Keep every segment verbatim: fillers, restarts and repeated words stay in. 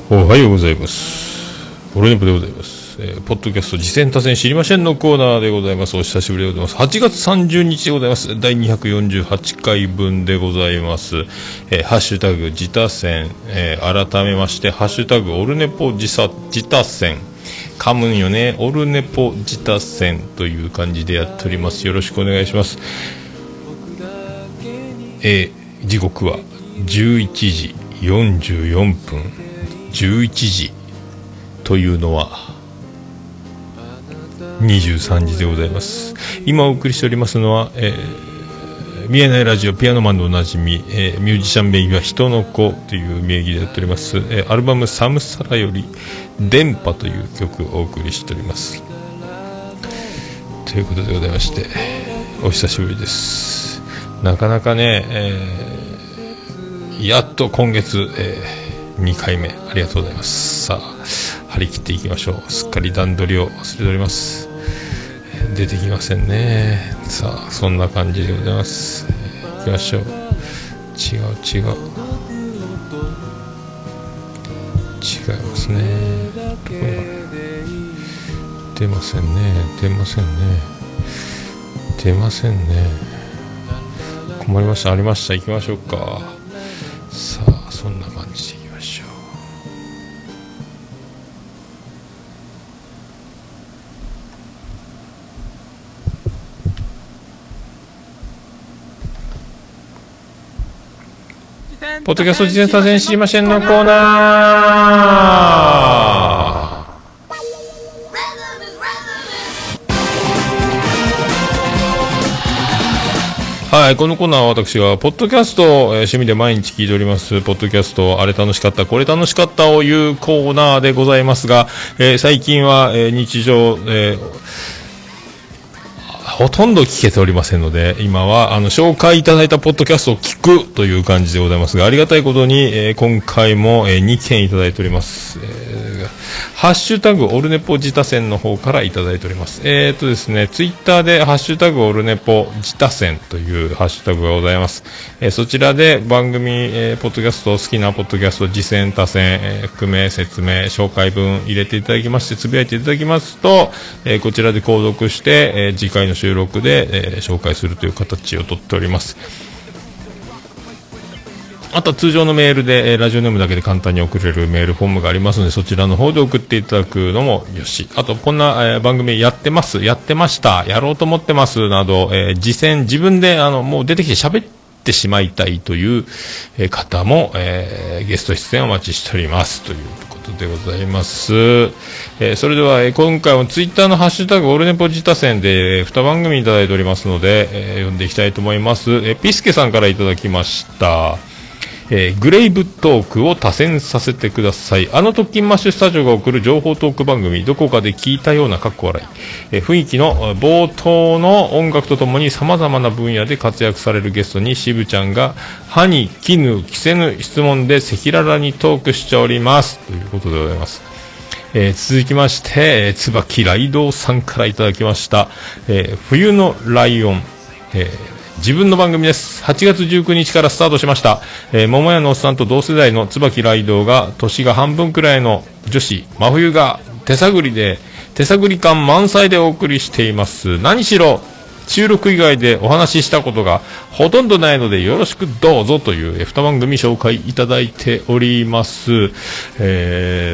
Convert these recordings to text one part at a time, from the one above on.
おはようございます。オルネポでございます、えー、ポッドキャスト次戦多戦知りませんのコーナーでございます。お久しぶりでございます。はちがつさんじゅうにちでございます。だいにひゃくよんじゅうはちかいぶんでございます、えー、ハッシュタグ自他戦、えー、改めましてハッシュタグオルネポ自他戦噛むんよね、オルネポ自他戦という感じでやっております。よろしくお願いします。えー、時刻はじゅういちじよんじゅうよんぷん。じゅういちじというのはにじゅうさんじでございます。今お送りしておりますのは、えー、見えないラジオピアノマンのおなじみ、えー、ミュージシャン名義は人の子という名義でやっております、えー、アルバムサムサラより電波という曲をお送りしておりますということでございまして、お久しぶりです。なかなかね、えー、やっと今月、えーにかいめありがとうございます。さあ張り切っていきましょう。すっかり段取りを忘れております。出てきませんね。さあそんな感じでございます。いきましょう。違う違う違いますね。どこに出ませんね出ませんね出ませんね。困りました。ありました。行きましょうか。さあそんな感じでポッドキャスト自転車戦知りませんのコーナー。はい、このコーナーは私がポッドキャストを、えー、趣味で毎日聞いておりますポッドキャスト、あれ楽しかったこれ楽しかったを言うコーナーでございますが、えー、最近は、えー、日常、えーほとんど聞けておりませんので、今はあの紹介いただいたポッドキャストを聞くという感じでございますが、ありがたいことに、えー、今回も、えー、にけんいただいております、えー、ハッシュタグオルネポ自他戦の方からいただいております。えーとですね、ツイッターでハッシュタグオルネポ自他戦というハッシュタグがございます。えー、そちらで番組、えー、ポッドキャスト、好きなポッドキャスト次戦多戦、えー、含め説明紹介文入れていただきまして、つぶやいていただきますと、えー、こちらで購読して、えー、次回の収録で、えー、紹介するという形をとっております。あとは通常のメールで、えー、ラジオネームだけで簡単に送れるメールフォームがありますので、そちらの方で送っていただくのもよし。あとこんな、えー、番組やってますやってましたやろうと思ってますなど、えー、実践自分であのもう出てきて喋ってしまいたいという、えー、方も、えー、ゲスト出演お待ちしておりますということでございます。えー、それでは、えー、今回もツイッターのハッシュタグオルネポ自他戦で、えー、に番組いただいておりますので、えー、読んでいきたいと思います。えー、ピスケさんからいただきました。えー、グレイブトークを多選させてください。あの特勤マッシュスタジオが送る情報トーク番組、どこかで聞いたようなかっこ笑い、えー、雰囲気の冒頭の音楽とともに様々な分野で活躍されるゲストに渋ちゃんが歯に衣着せぬ質問で赤裸々にトークしておりますということでございます。えー、続きまして、えー、椿ライドウさんからいただきました、えー、冬のライオン、えー自分の番組です。はちがつじゅうくにちからスタートしました。えー、桃屋のおっさんと同世代の椿ライドウが年が半分くらいの女子真冬が手探りで手探り感満載でお送りしています。何しろ収録以外でお話ししたことがほとんどないのでよろしくどうぞというに番組紹介いただいております。え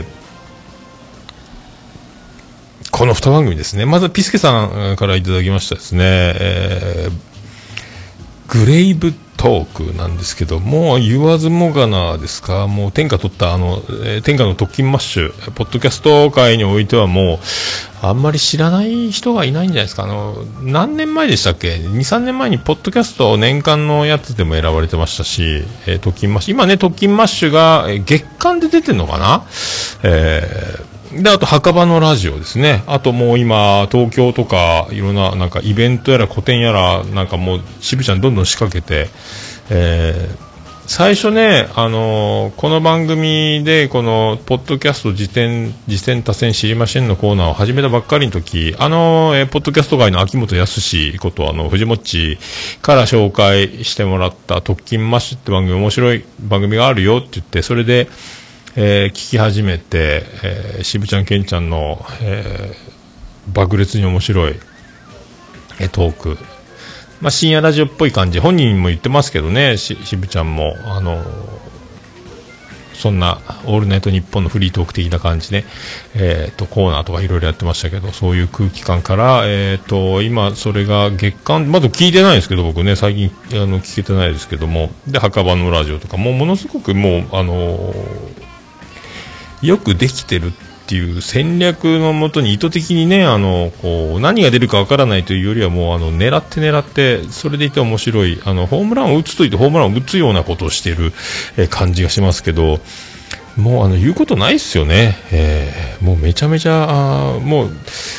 ー、このに番組ですね。まずピスケさんからいただきましたですね。えーグレイブトークなんですけども、言わずもがなですか。もう天下取ったあの、えー、天下の特勤マッシュポッドキャスト界においてはもうあんまり知らない人がいないんじゃないですか。あの何年前でしたっけ、にさんねんまえにポッドキャスト年間のやつでも選ばれてましたし、えー、特勤マッシュ今ね特勤マッシュが、えー、月間で出てるのかな。えーで、あと墓場のラジオですね。あともう今東京とかいろんななんかイベントやら個展やらなんかもう渋ちゃんどんどん仕掛けて、えー、最初ね、あのー、この番組でこのポッドキャスト自転自転多戦知りませんのコーナーを始めたばっかりの時、あのー、えー、ポッドキャスト界の秋元康ことあの藤もっちから紹介してもらった特勤マッシュって番組面白い番組があるよって言って、それでえー、聞き始めて、えー、渋ちゃんけんちゃんの、えー、爆裂に面白い、えー、トーク、まあ、深夜ラジオっぽい感じ、本人も言ってますけどね、し渋ちゃんもあのそんなオールナイトニッポンのフリートーク的な感じで、えー、とコーナーとかいろいろやってましたけど、そういう空気感から、えー、と今それが月間まだ聞いてないんですけど、僕ね最近あの聞けてないですけども、で墓場のラジオとかもものすごくもうあのー、よくできてるっていう戦略のもとに意図的にね、あのこう何が出るかわからないというよりはもうあの狙って狙ってそれでいて面白い、あのホームランを打つといてホームランを打つようなことをしている、えー、感じがしますけど、もうあの言うことないっすよね、えー、もうめちゃめちゃあもう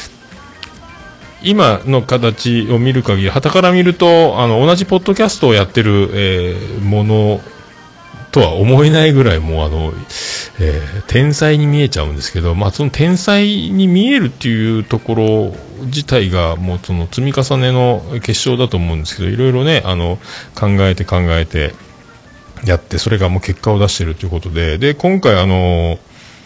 今の形を見る限り傍から見るとあの同じポッドキャストをやってる、えー、ものとは思えないぐらいもうあの、えー、天才に見えちゃうんですけど、まあ、その天才に見えるっていうところ自体がもうその積み重ねの結晶だと思うんですけど、いろいろねあの考えて考えてやってそれがもう結果を出しているということで、で今回あの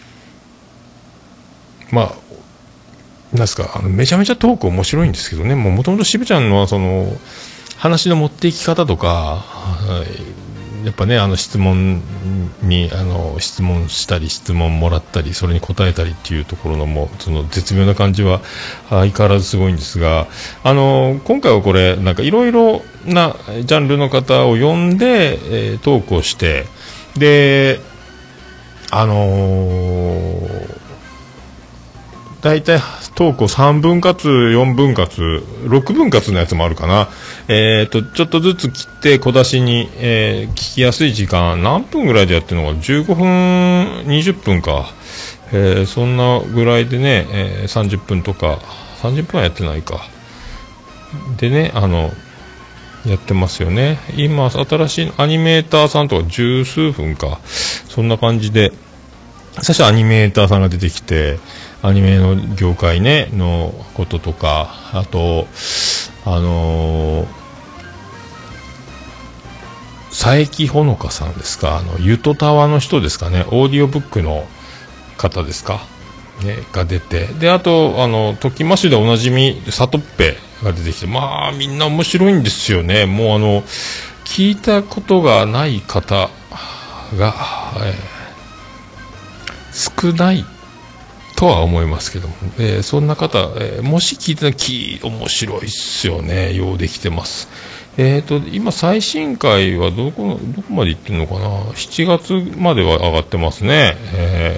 まあなんですか、あのめちゃめちゃトーク面白いんですけどね、もともと渋ちゃんのその話の持っていき方とか、やっぱねあの質問にあの質問したり質問もらったりそれに答えたりっていうところのもその絶妙な感じは相変わらずすごいんですが、あの今回はこれなんかいろいろなジャンルの方を呼んで、えー、トークをして、であのーだいたいトークをさんぶん割よんぶん割ろくぶん割のやつもあるかな、えー、とちょっとずつ切って小出しに、えー、聞きやすい時間何分ぐらいでやってるのかじゅうごふんにじゅっぷんか、えー、そんなぐらいでね、えー、さんじゅっぷんとかさんじゅっぷんはやってないかでねあのやってますよね。今新しいアニメーターさんとか十数分かそんな感じで最初アニメーターさんが出てきてアニメの業界ねのこととか、あとあのー、佐伯ほのかさんですか、あのゆとたわの人ですかね、オーディオブックの方ですかねが出て、であとあのときましでおなじみさとっぺが出てきて、まあみんな面白いんですよね。もうあの聞いたことがない方が、えー、少ないとは思いますけども、えー、そんな方、えー、もし聞いてたらき面白いっすよね。ようできてます。えーと今最新回はどこどこまで行ってるのかな、しちがつまでは上がってますね。え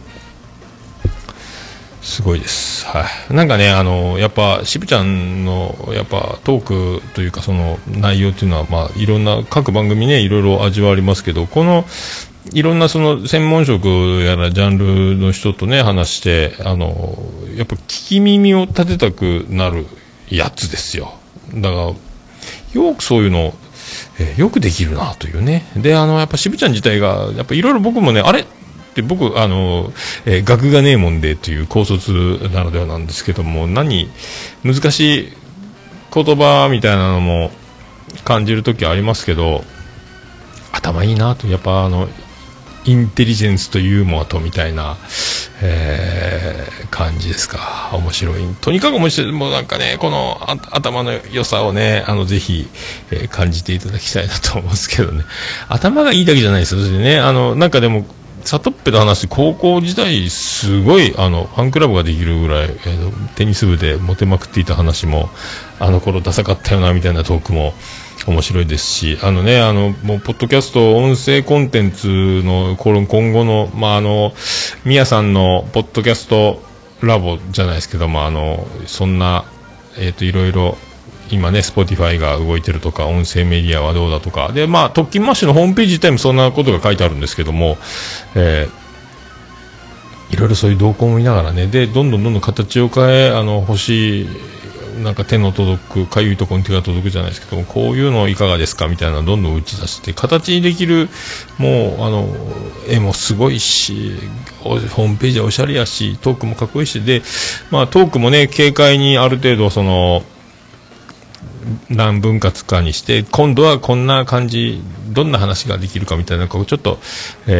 ー、すごいです。はい。なんかねあのやっぱ渋ちゃんのやっぱトークというかその内容っていうのはまあいろんな各番組ねいろいろ味わありますけど、このいろんなその専門職やらジャンルの人とね話してあのやっぱ聞き耳を立てたくなるやつですよ。だからよくそういうの、えー、よくできるなというね。であのやっぱ渋ちゃん自体がやっぱいろいろ僕もねあれって僕あの、えー、学がねえもんでという高卒ならではなんですけども、何難しい言葉みたいなのも感じるときはありますけど、頭いいなと、やっぱあのインテリジェンスとユーモアとみたいな、えー、感じですか。面白い、とにかく面白い。もうなんかねこの頭の良さをねあのぜひ、えー、感じていただきたいなと思うんですけどね。頭がいいだけじゃないですよ。それでねあのなんかでもサトッペの話、高校時代すごいあのファンクラブができるぐらい、えー、テニス部でモテまくっていた話もあの頃ダサかったよなみたいなトークも面白いですし、あのねあのもうポッドキャスト音声コンテンツの今後のまああのミヤさんのポッドキャストラボじゃないですけども、あのそんなえっといろいろ今ね Spotify が動いてるとか音声メディアはどうだとかで、まあ特勤マッシュのホームページ自体もそんなことが書いてあるんですけども、えー、いろいろそういう動向も見ながらね、でどんどんどんどん形を変えあの欲しいなんか手の届くかゆいところに手が届くじゃないですけども、こういうのいかがですかみたいなのをどんどん打ち出して形にできる、もうあの絵もすごいしホームページはおしゃれやしトークもかっこいいしで、まあ、トークもね軽快にある程度その何分割かにして今度はこんな感じどんな話ができるかみたいなこうちょっと、えー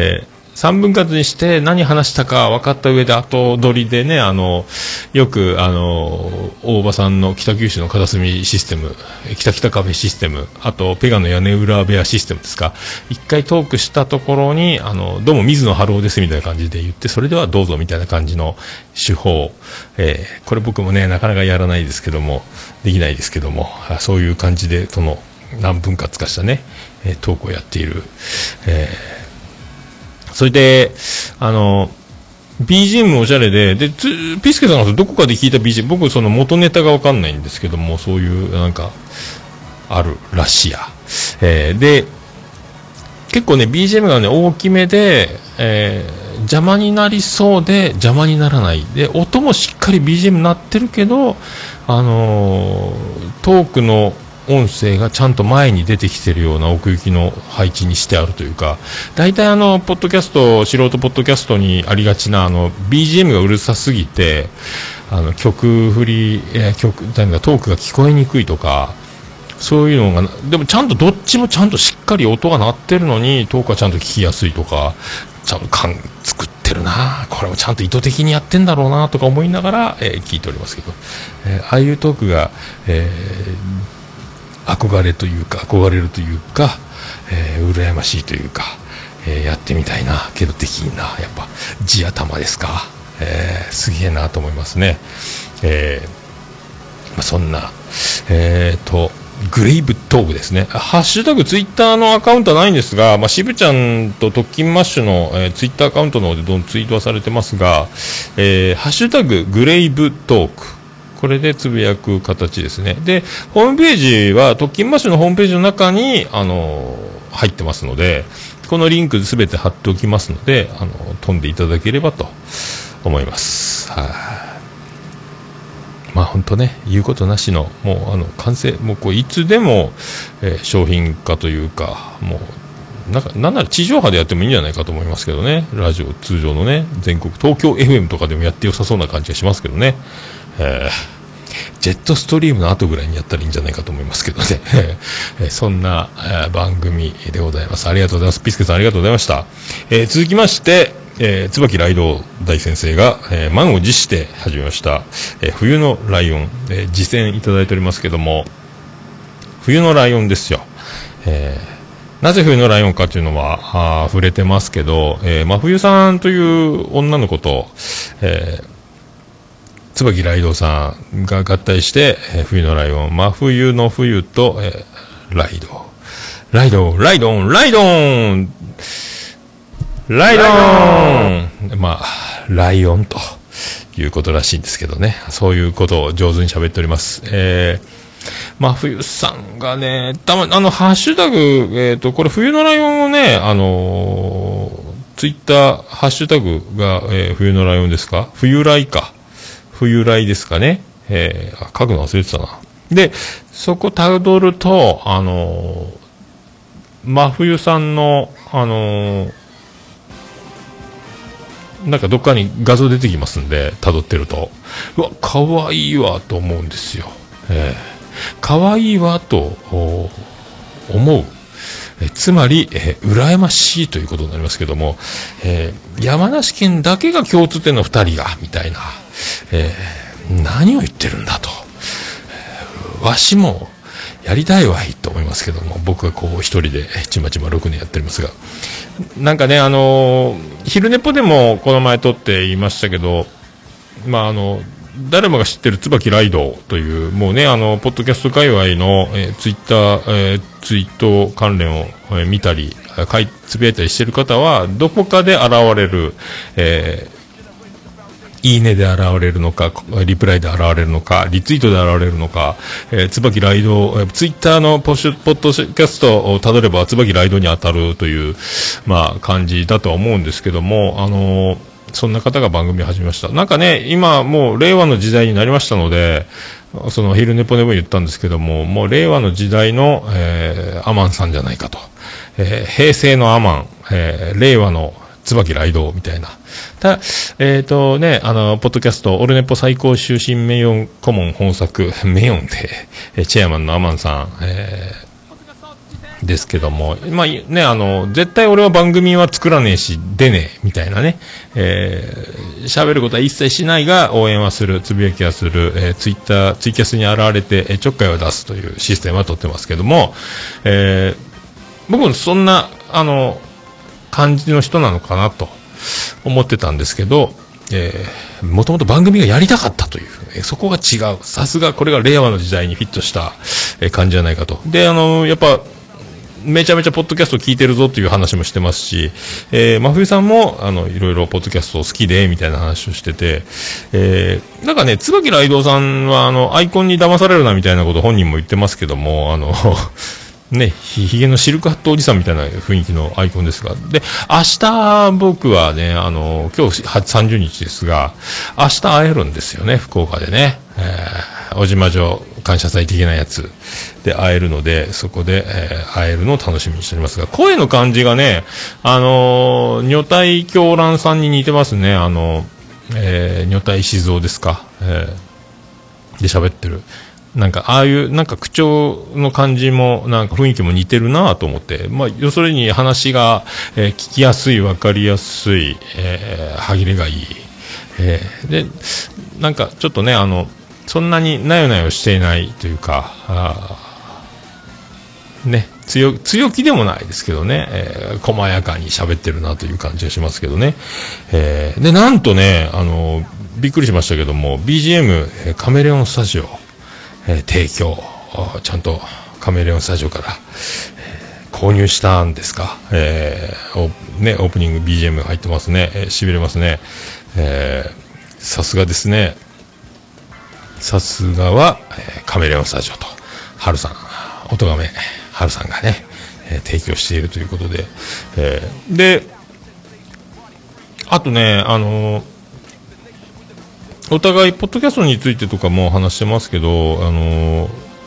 さんぶん割にして何話したか分かった上で後取りでね、あのよくあの大場さんの北九州の片隅システム、北北カフェシステム、あとペガの屋根裏部屋システムですか、一回トークしたところにあのどうも水野晴郎ですみたいな感じで言って、それではどうぞみたいな感じの手法、えー、これ僕もねなかなかやらないですけども、できないですけども、そういう感じでその何分割かしたねトークをやっている、えーそれで、あの、ビージーエム おしゃれで、で、つピスケさんがどこかで聞いた ビージーエム、僕その元ネタがわかんないんですけども、そういう、なんか、あるらしや。えー、で、結構ね、ビージーエム がね、大きめで、えー、邪魔になりそうで、邪魔にならない。で、音もしっかり ビージーエム 鳴ってるけど、あのー、トークの、音声がちゃんと前に出てきてるような奥行きの配置にしてあるというか、大体あのポッドキャスト、素人ポッドキャストにありがちなあの ビージーエム がうるさすぎて、あの曲振り、えー、曲何かトークが聞こえにくいとか、そういうのが、でもちゃんとどっちもちゃんとしっかり音が鳴ってるのにトークはちゃんと聞きやすいとか、ちゃんと感作ってるな、これもちゃんと意図的にやってんだろうなとか思いながら、えー、聞いておりますけど、えー、ああいうトークが、えー憧れというか憧れるというか、えー、羨ましいというか、えー、やってみたいなけどできんな、やっぱ地頭ですか、えー、すげえなと思いますね。えーまあ、そんなえーとグレイブトークですね。ハッシュタグツイッターのアカウントはないんですが、まあ、渋ちゃんと特勤マッシュの、えー、ツイッターアカウントの方でどんどんツイートはされてますが、えー、ハッシュタググレイブトーク、これでつぶやく形ですね。で、ホームページは特勤マッシュのホームページの中に、あのー、入ってますので、このリンクすべて貼っておきますので、あのー、飛んでいただければと思います。はい。まあ本当ね、言うことなしの、もうあの完成、もうこういつでも、えー、商品化というか、もうなんかなんなら地上波でやってもいいんじゃないかと思いますけどね。ラジオ通常のね、全国東京 エフエム とかでもやって良さそうな感じがしますけどね。えー、ジェットストリームの後ぐらいにやったらいいんじゃないかと思いますけどね、えー、そんな、えー、番組でございます。ありがとうございます。ピスケさんありがとうございました。えー、続きまして、えー、椿ライド大先生が、えー、満を持して始めました、えー、冬のライオン、えー、実践いただいておりますけども、冬のライオンですよ。えー、なぜ冬のライオンかというのはあ触れてますけど、えー、真冬さんという女の子と、えー椿ライドさんが合体して、えー、冬のライオン、真冬の冬と、えー、ライドライドライドンライドンライドンまあライオンということらしいんですけどね、そういうことを上手に喋っております。えー、真冬さんがね、たまあのハッシュタグ、えっ、ー、とこれ冬のライオンをね、あのー、ツイッターハッシュタグが、えー、冬のライオンですか、冬来か冬来ですかね、えー、書くの忘れてたな。で、そこたどると、あのー、真冬さんの、あのー、なんかどっかに画像出てきますんで、たどってると、うわ、かわいいわと思うんですよ。えー、かわいいわと思う。えつまり、えー、羨ましいということになりますけども、えー、山梨県だけが共通点のふたりが、みたいな。えー、何を言ってるんだと、えー、わしもやりたいわいと思いますけども、僕はこう一人でちまちまろくねんやっておりますが、なんかね、あのー、昼寝ぽでもこの前撮って言いましたけど、まああの誰もが知ってる椿ライドという、もうね、あのポッドキャスト界隈の、えー、ツイッター、えー、ツイート関連を、えー、見たり書いつぶやいたりしてる方はどこかで現れる、えーいいねで現れるのか、リプライで現れるのか、リツイートで現れるのか、えー、椿ライド、えー、ツイッターのポッシュポッドキャストをたどれば椿ライドに当たるという、まあ、感じだとは思うんですけども、あのー、そんな方が番組を始めました。なんかね、今もう令和の時代になりましたので、その昼寝ぽでも言ったんですけども、もう令和の時代の、えー、アマンさんじゃないかと。えー、平成のアマン、えー、令和の椿ライドみたいな。た、えっ、ー、とね、あの、ポッドキャスト、オルネポ最高終身名誉顧問本作、名誉で、チェアマンのアマンさん、えですけども、まあね、あの、絶対俺は番組は作らねえし、出ねえ、みたいなね、えー、喋ることは一切しないが、応援はする、つぶやきはする、えー、ツイッター、ツイキャスに現れて、えー、ちょっかいを出すというシステムは取ってますけども、えー、僕もそんな、あの、感じの人なのかなと思ってたんですけど、えー、もともと番組がやりたかったという、えー、そこが違う。さすがこれが令和の時代にフィットした、えー、感じじゃないかと。で、あのー、やっぱ、めちゃめちゃポッドキャスト聞いてるぞという話もしてますし、えー、真冬さんも、あの、いろいろポッドキャスト好きで、みたいな話をしてて、えー、なんかね、椿ライドウさんは、あの、アイコンに騙されるなみたいなこと本人も言ってますけども、あの、ね、ひ、ひげのシルクハットおじさんみたいな雰囲気のアイコンですが、で、明日僕はね、あの、今日さんじゅうにちですが、明日会えるんですよね、福岡でね。えー、小島城感謝祭的なやつで会えるので、そこで、えー、会えるのを楽しみにしておりますが、声の感じがね、あのー、女体狂乱さんに似てますね。あの、えー、女体静雄ですか、えー、で喋ってる。なんか、ああいう、なんか口調の感じも、なんか雰囲気も似てるなと思って、まあ、要するに話が、えー、聞きやすい、わかりやすい、えー、歯切れがいい。えー、で、なんかちょっとね、あの、そんなになよなよしていないというか、あね、強、強気でもないですけどね、えー、細やかに喋ってるなという感じがしますけどね。えー、で、なんとね、あの、びっくりしましたけども、ビージーエム、カメレオンスタジオ、えー、提供、ちゃんとカメレオンスタジオから、えー、購入したんですか。えー、おね、オープニング ビージーエム 入ってますね。えー、痺れますね。えー、さすがですね。さすがは、えー、カメレオンスタジオと、ハルさん、音亀、ハルさんがね、えー、提供しているということで、えー、で、あとね、あのー、お互い、ポッドキャストについてとかも話してますけど、あのー、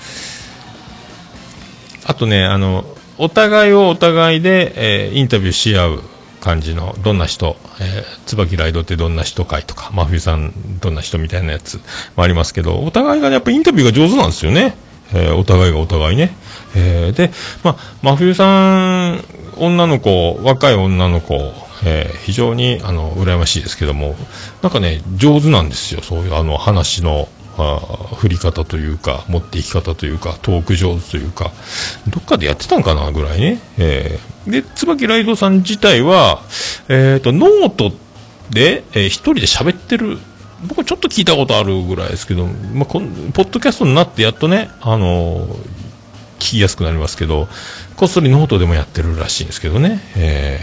あとね、あの、お互いをお互いで、えー、インタビューし合う感じの、どんな人、えー、椿ライドってどんな人かいとか、真冬さんどんな人みたいなやつもありますけど、お互いが、ね、やっぱインタビューが上手なんですよね。えー、お互いがお互いね。えー、で、まあ、真冬さん、女の子、若い女の子、えー、非常に、あの、羨ましいですけども、なんかね、上手なんですよ。そういう、あの、話の、あ振り方というか、持っていき方というか、トーク上手というか、どっかでやってたんかなぐらいね。えー、で、椿ライドさん自体は、えっと、ノートで、えー、一人で喋ってる、僕はちょっと聞いたことあるぐらいですけど、まあ、このポッドキャストになってやっとね、あのー、聞きやすくなりますけど、こっそりノートでもやってるらしいんですけどね。え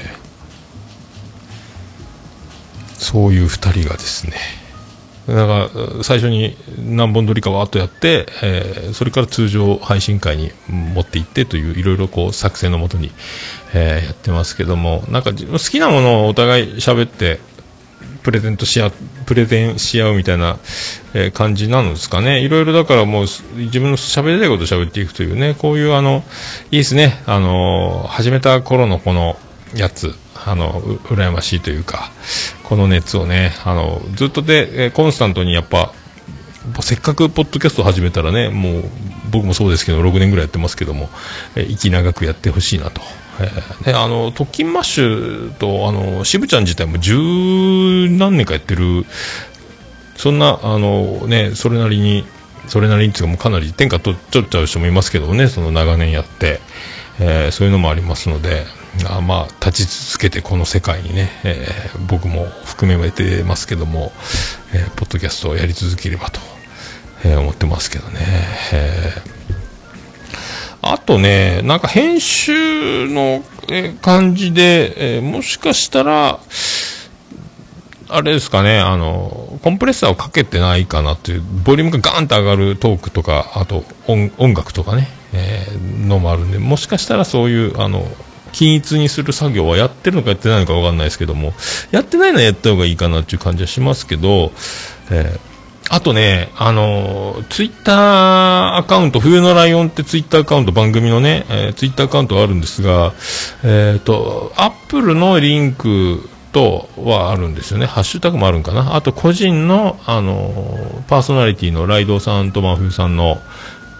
ー、そういう二人がですね、だから最初に何本撮りかわーっとやって、えー、それから通常配信会に持っていってといういろいろこう作戦のもとに、えー、やってますけども、なんか好きなものをお互い喋ってプレゼントし合うプレゼンし合うみたいな、えー、感じなんですかね。いろいろだからもう自分の喋りたいことを喋っていくというね、こういうあのいいですね、あのー、始めた頃のこのやつ、あのう羨ましいというか、この熱をね、あのずっとで、えー、コンスタントにやっぱせっかくポッドキャストを始めたらね、もう僕もそうですけどろくねんぐらいやってますけども、えー、息長くやってほしいなと。えー、であの特勤マッシュとあの渋ちゃん自体も十何年かやってる、そんなあのね、それなりにそれなりにっていうかもうかなり天下取っちゃう人もいますけどね、その長年やって、えー、そういうのもありますので、あまあ立ち続けてこの世界にね、えー、僕も含めてますけども、えー、ポッドキャストをやり続ければと、えー、思ってますけどね。えーあとね、なんか編集の感じで、えー、もしかしたら、あれですかね、あの、コンプレッサーをかけてないかなっていう、ボリュームがガーンと上がるトークとか、あと音、音楽とかね、えー、のもあるんで、もしかしたらそういう、あの、均一にする作業はやってるのかやってないのかわかんないですけども、やってないのはやった方がいいかなっていう感じはしますけど、えーあとね、あのー、ツイッターアカウント、冬のライオンってツイッターアカウント、番組のね、えー、ツイッターアカウントがあるんですが、えっと、アップルのリンクとはあるんですよね。ハッシュタグもあるんかな。あと、個人の、あのー、パーソナリティのライドさんと真冬さんの、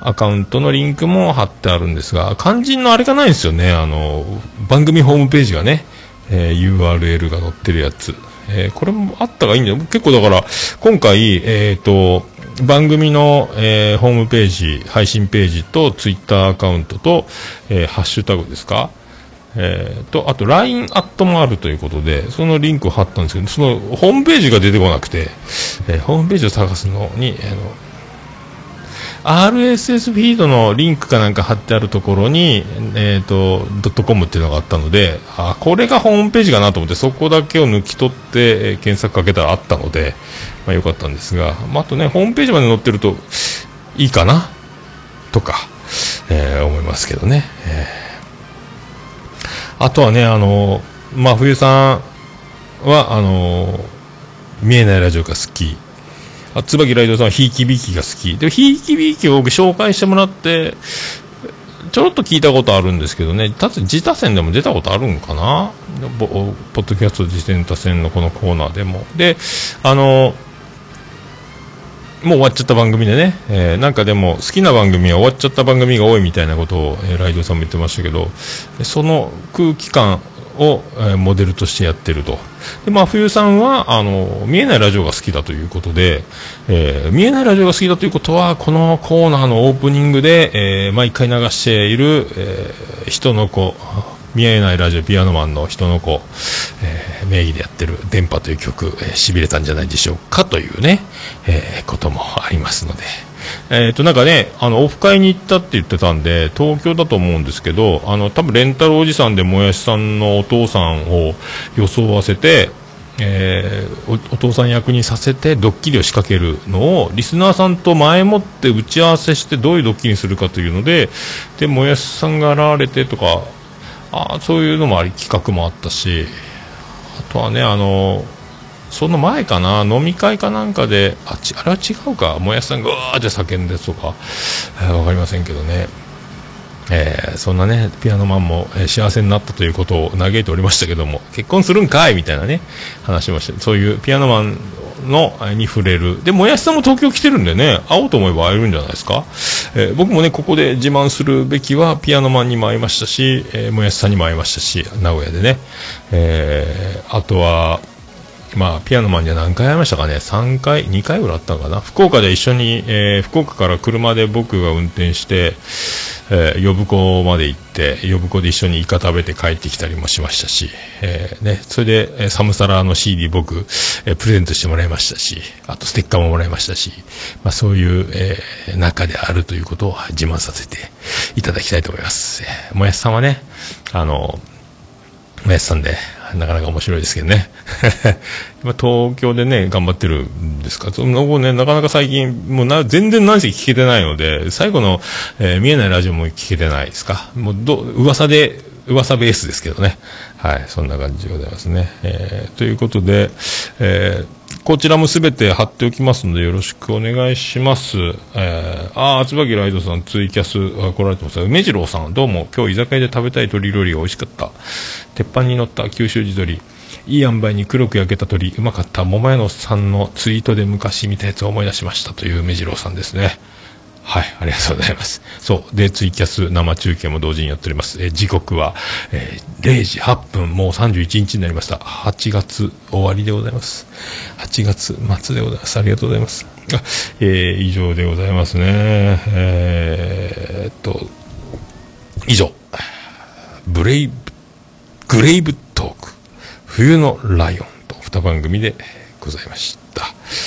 アカウントのリンクも貼ってあるんですが、肝心のあれがないんですよね。あの、番組ホームページがね、えー、ユーアールエル が載ってるやつ。えー、これもあったがいいんだよ。結構だから、今回、えっと、番組の、えー、ホームページ、配信ページと、ツイッターアカウントと、えー、ハッシュタグですか、えー、と、あと ライン アットもあるということで、そのリンクを貼ったんですけど、そのホームページが出てこなくて、えー、ホームページを探すのに、あの、アールエスエス フィードのリンクかなんか貼ってあるところに、えっと、ドットコムっていうのがあったので、あ、これがホームページかなと思って、そこだけを抜き取って、えー、検索かけたらあったので、まあよかったんですが、まあ、あとね、ホームページまで載ってるといいかなとか、えー、思いますけどね。えー、あとはね、あの、まあ、冬さんは、あの、見えないラジオが好き。あ、椿ライドさんはひいきびきが好きで、ひいきびきを僕紹介してもらってちょろっと聞いたことあるんですけどね、ただ自他戦でも出たことあるんかな、ポッドキャスト自他戦のこのコーナーでも。で、あのもう終わっちゃった番組でね、えー、なんかでも好きな番組は終わっちゃった番組が多いみたいなことを、えー、ライドさんも言ってましたけど、その空気感を、えー、モデルとしてやってると。で、まあ、冬さんはあの見えないラジオが好きだということで、えー、見えないラジオが好きだということはこのコーナーのオープニングで、えー、毎回流している、えー、人の子、見えないラジオピアノマンの人の子、えー、名義でやってる電波という曲、えー、しびれたんじゃないでしょうかというね、えー、こともありますので、えーとなんかね、あのオフ会に行ったって言ってたんで東京だと思うんですけど、あの多分レンタルおじさんでもやしさんのお父さんを装わせて、えー、お, お父さん役にさせてドッキリを仕掛けるのをリスナーさんと前もって打ち合わせしてどういうドッキリにするかというので、でもやしさんが現れてとか、あ、そういうのもあり、企画もあったし、あとはね、あのその前かな、飲み会かなんかで、あ, ちあれは違うか、もやしさんがうわーって叫んでとか、えー、分かりませんけどね、えー、そんなねピアノマンも、えー、幸せになったということを嘆いておりましたけども、結婚するんかいみたいなね話もして、そういうピアノマンのに触れる。で、もやしさんも東京来てるんでね、会おうと思えば会えるんじゃないですか。えー、僕もねここで自慢するべきはピアノマンにも会いましたし、えー、もやしさんにも会いましたし、名古屋でね、えー、あとはまあ、ピアノマンには何回会いましたかね、さんかい、にかいぐらいあったのかな。福岡で一緒に、えー、福岡から車で僕が運転して、えー、呼子まで行って、呼子で一緒にイカ食べて帰ってきたりもしましたし、えーね、それで、えー、サムサラの シーディー 僕、えー、プレゼントしてもらいましたし、あとステッカーももらいましたし、まあ、そういう、えー、中であるということを自慢させていただきたいと思います。えー、もやしさんはね、あの、もやしさんで、なかなか面白いですけどね今東京でね頑張ってるんですか。その後ね、なかなか最近もうな全然何せ聞けてないので、最後の、えー、見えないラジオも聞けてないですか。もうど噂で噂ベースですけどね、はい、そんな感じでございますね。えー、ということで、えー、こちらもすべて貼っておきますのでよろしくお願いします。えー、あー、椿ライドさんツイキャス来られてます。梅次郎さんどうも、今日居酒屋で食べたい鶏料理が美味しかった。鉄板に乗った九州地鶏、いい塩梅に黒く焼けた鶏、うまかった。桃屋のさんのツイートで昔見たやつを思い出しましたという梅次郎さんですね。はい、ありがとうございます。そうで、ツイキャス生中継も同時にやっております。え時刻は、えー、れいじはっぷん、もうさんじゅういちにちになりました。はちがつ終わりでございます。はちがつ末でございます。ありがとうございます。あ、えー、以上でございますね。えー、っと以上ブレイブグレイブトーク冬のライオンとにばん組でございました。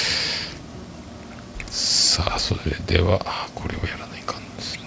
さあ、それではこれをやらないかんですね。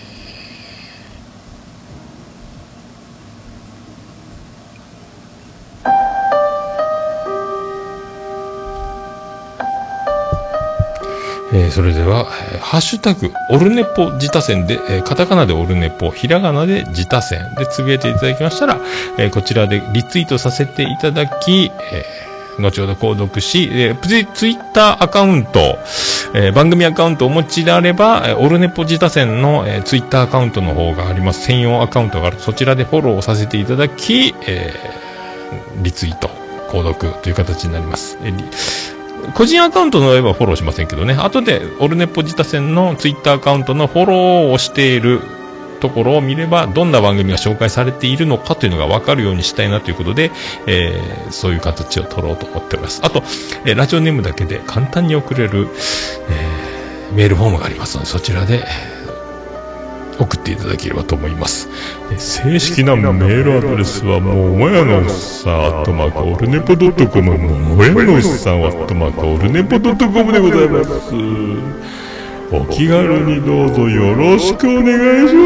えー、それでは、えー、ハッシュタグオルネポ自他戦で、えー、カタカナでオルネポ、ひらがなで自他戦でつぶやいていただきましたら、えー、こちらでリツイートさせていただき、えー、後ほど購読し、えー、ツイッターアカウント、えー、番組アカウントをお持ちであれば、えー、オルネポ自他戦の、えー、ツイッターアカウントの方があります。専用アカウントがある。そちらでフォローさせていただき、えー、リツイート購読という形になります。えー個人アカウントの場合はフォローしませんけどね、後でオルネポ自他戦のツイッターアカウントのフォローをしているところを見れば、どんな番組が紹介されているのかというのが分かるようにしたいなということで、えー、そういう形を取ろうと思っております。あと、えー、ラジオネームだけで簡単に送れる、えー、メールフォームがありますので、そちらで送っていただければと思います。正式なメールアドレスはももやのおっさんアットマークオルネポドットコム、ももやのおっさんアットマークオルネポドットコムでございます。お気軽にどうぞよろしくお願いします。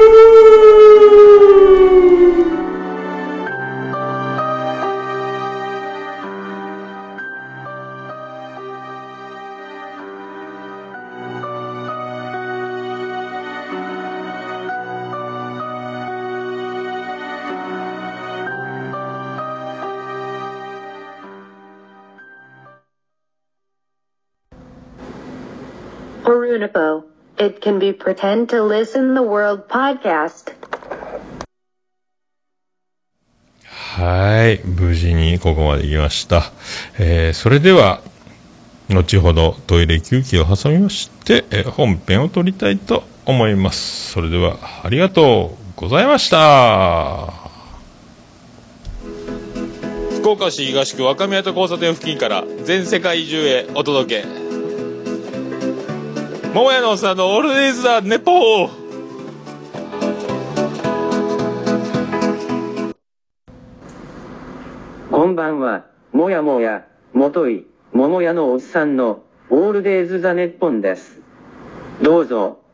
Orunipo. It can be pretend to listen the world podcast. はい、無事にここまで来ました。えー、それでは後ほどトイレ休憩を挟みまして、えー、本編を撮りたいと思います。それではありがとうございました。福岡市東区若宮と交差点付近から全世界中へお届け、桃屋のおっさんのオールデイズ・ザ・ネポー。 こんばんは、もやもや、もとい、桃屋のおっさんのオールデイズ・ザ・ネッポンです。どうぞ